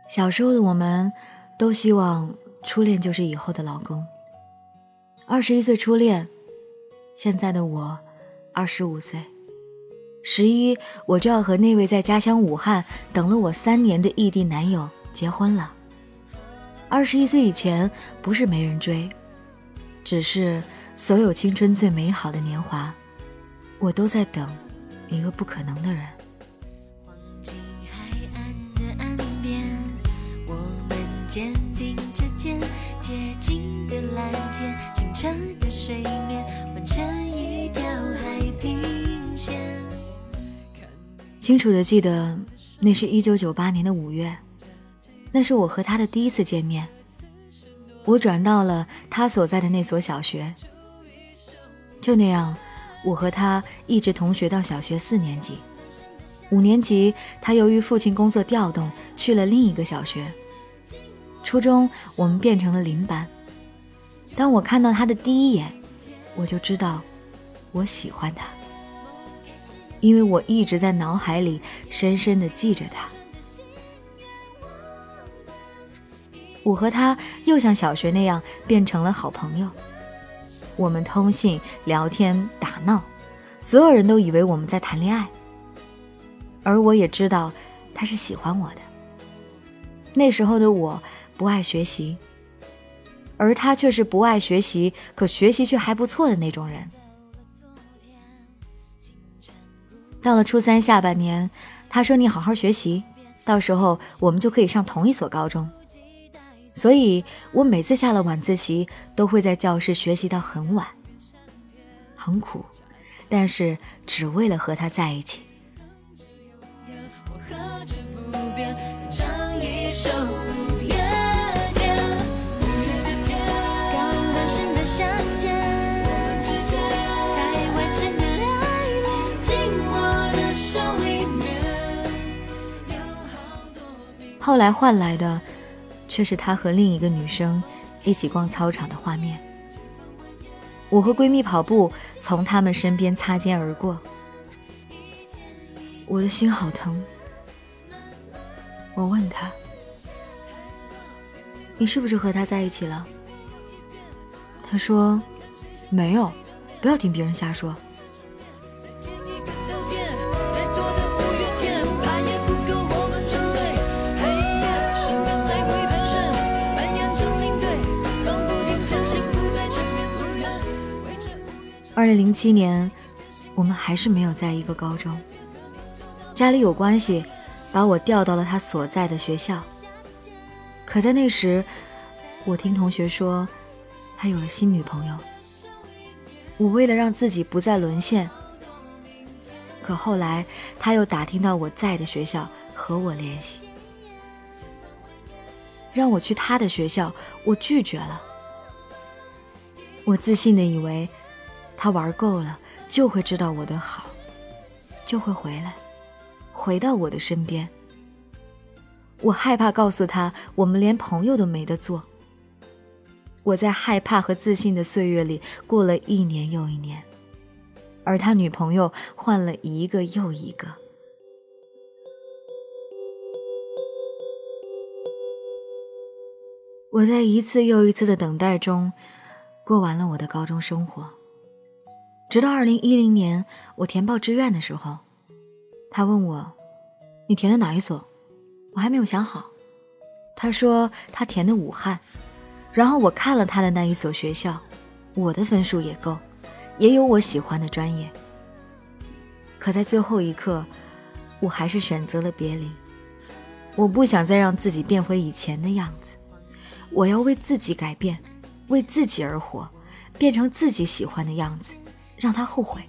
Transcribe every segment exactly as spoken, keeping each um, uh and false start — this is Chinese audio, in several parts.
小时候的我们都希望初恋就是以后的老公。二十一岁初恋，现在的我二十五岁，十一我就要和那位在家乡武汉等了我三年的异地男友结婚了。二十一岁以前不是没人追，只是所有青春最美好的年华，我都在等一个不可能的人。 肩并着肩，接近的蓝天，清澈的水面，完成一条海平线。 清楚地记得，那是一九九八年的五月，那是我和他的第一次见面。我转到了他所在的那所小学，就那样，我和他一直同学到小学四年级。五年级，他由于父亲工作调动，去了另一个小学。初中我们变成了邻班，当我看到他的第一眼，我就知道我喜欢他，因为我一直在脑海里深深地记着他。我和他又像小学那样变成了好朋友，我们通信、聊天、打闹，所有人都以为我们在谈恋爱，而我也知道他是喜欢我的。那时候的我不爱学习，而他却是不爱学习，可学习却还不错的那种人。到了初三下半年，他说你好好学习，到时候我们就可以上同一所高中。所以我每次下了晚自习都会在教室学习到很晚，很苦，但是只为了和他在一起。后来换来的却是他和另一个女生一起逛操场的画面。我和闺蜜跑步从他们身边擦肩而过，我的心好疼。我问他，你是不是和他在一起了？他说没有，不要听别人瞎说。二零零七年，我们还是没有在一个高中。家里有关系，把我调到了他所在的学校。可在那时，我听同学说他有了新女朋友。我为了让自己不再沦陷，可后来他又打听到我在的学校，和我联系，让我去他的学校，我拒绝了。我自信地以为他玩够了就会知道我的好，就会回来，回到我的身边。我害怕告诉他我们连朋友都没得做。我在害怕和自信的岁月里过了一年又一年，而他女朋友换了一个又一个。我在一次又一次的等待中过完了我的高中生活。直到二零一零年我填报志愿的时候，他问我，你填的哪一所？我还没有想好。他说他填的武汉，然后我看了他的那一所学校，我的分数也够，也有我喜欢的专业。可在最后一刻，我还是选择了别离。我不想再让自己变回以前的样子，我要为自己改变，为自己而活，变成自己喜欢的样子，让他后悔。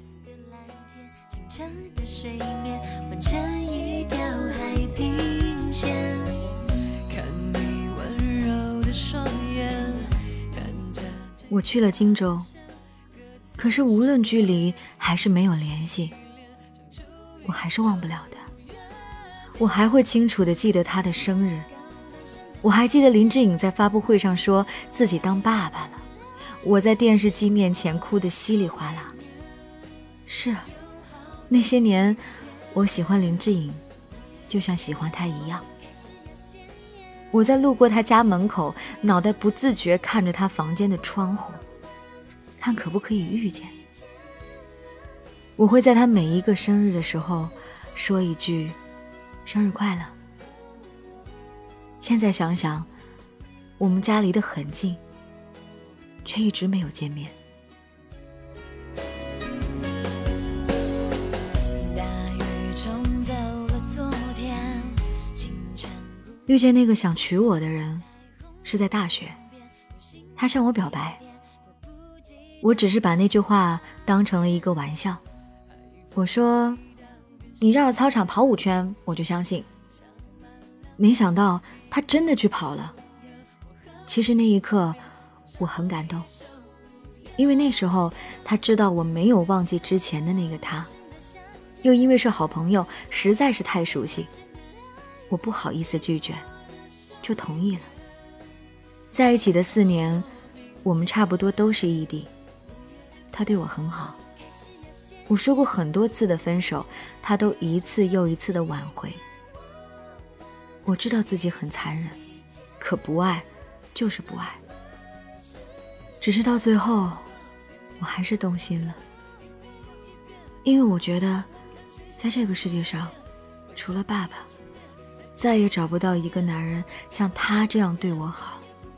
我去了荆州，可是无论距离还是没有联系，我还是忘不了他。我还会清楚地记得他的生日，我还记得林志颖在发布会上说自己当爸爸了，我在电视机面前哭得稀里哗啦。是啊，那些年我喜欢林志颖就像喜欢他一样。 我在路过他家门口，脑袋不自觉看着他房间的窗户，看可不可以遇见。我会在他每一个生日的时候说一句生日快乐。现在想想，我们家离得很近，却一直没有见面。遇见那个想娶我的人是在大学，他向我表白，我只是把那句话当成了一个玩笑。我说你绕着操场跑五圈我就相信。没想到他真的去跑了。其实那一刻我很感动，因为那时候他知道我没有忘记之前的那个他，又因为是好朋友实在是太熟悉，我不好意思拒绝，就同意了。在一起的四年，我们差不多都是异地，他对我很好，我说过很多次的分手，他都一次又一次的挽回。我知道自己很残忍，可不爱就是不爱，只是到最后我还是动心了。因为我觉得在这个世界上，除了爸爸，再也找不到一个男人像他这样对我好。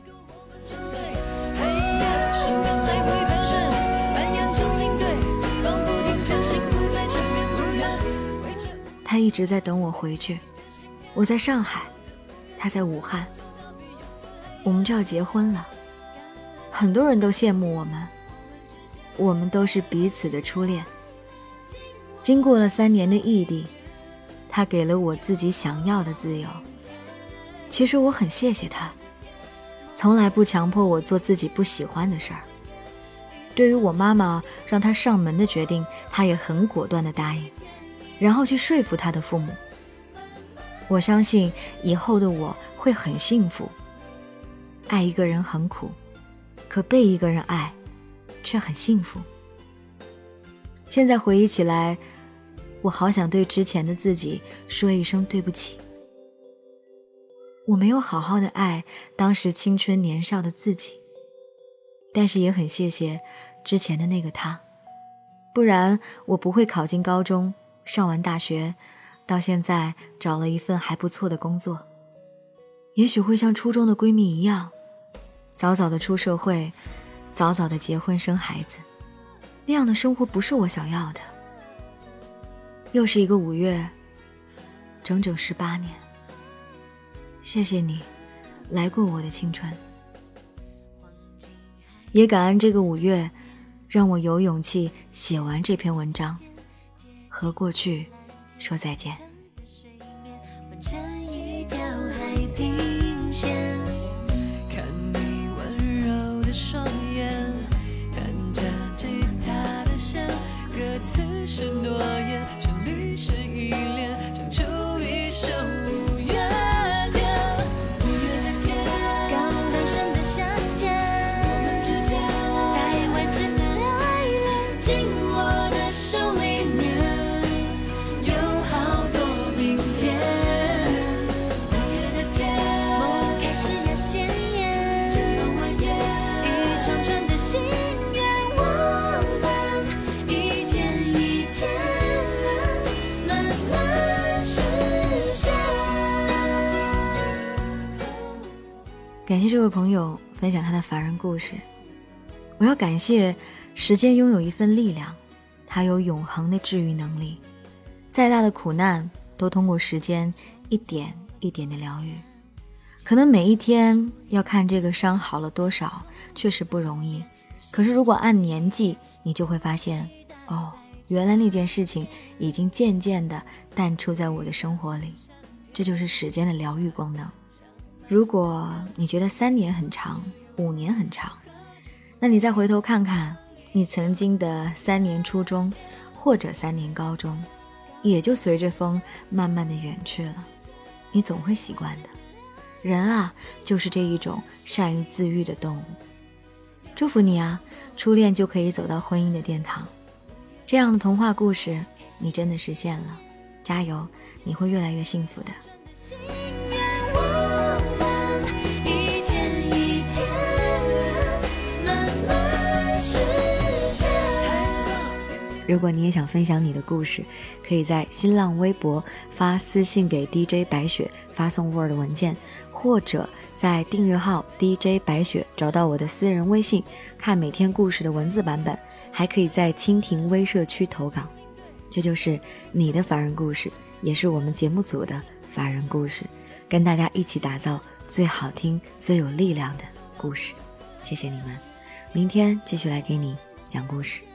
他一直在等我回去，我在上海，他在武汉，我们就要结婚了。很多人都羡慕我们，我们都是彼此的初恋。经过了三年的异地，他给了我自己想要的自由。其实我很谢谢他，从来不强迫我做自己不喜欢的事儿。对于我妈妈让他上门的决定，他也很果断地答应，然后去说服他的父母。我相信以后的我会很幸福。爱一个人很苦，可被一个人爱却很幸福。现在回忆起来，我好想对之前的自己说一声对不起。我没有好好的爱当时青春年少的自己，但是也很谢谢之前的那个他，不然我不会考进高中，上完大学，到现在找了一份还不错的工作，也许会像初中的闺蜜一样，早早的出社会，早早的结婚生孩子。那样的生活不是我想要的。又是一个五月，整整十八年。谢谢你来过我的青春，也感恩这个五月让我有勇气写完这篇文章，和过去说再见。 看你温柔的双眼，弹着吉他的弦，歌词是诺言，旋律是依恋，唱出一首五月天。五月的天，刚诞生的夏天，我们之间才完整的爱恋，紧握的手里面有好多明天。五月的天，梦开始要鲜艳，春风万叶，一长串的心愿，我们一天一天慢慢实现。 感谢这位朋友分享他的凡人故事。我要感谢时间拥有一份力量，它有永恒的治愈能力，再大的苦难都通过时间一点一点的疗愈。可能每一天要看这个伤好了多少确实不容易，可是如果按年纪，你就会发现，哦，原来那件事情已经渐渐地淡出在我的生活里。这就是时间的疗愈功能。如果你觉得三年很长，五年很长，那你再回头看看你曾经的三年初中或者三年高中，也就随着风慢慢的远去了，你总会习惯的。人啊，就是这一种善于自愈的动物。祝福你啊，初恋就可以走到婚姻的殿堂。这样的童话故事你真的实现了，加油，你会越来越幸福的。 心愿我们如果你也想分享你的故事，可以在新浪微博发私信给 D J 白雪，发送 Word 文件，或者在订阅号 D J 白雪找到我的私人微信，看每天故事的文字版本，还可以在蜻蜓微社区投稿。这就是你的凡人故事，也是我们节目组的凡人故事，跟大家一起打造最好听最有力量的故事。谢谢你们，明天继续来给你讲故事。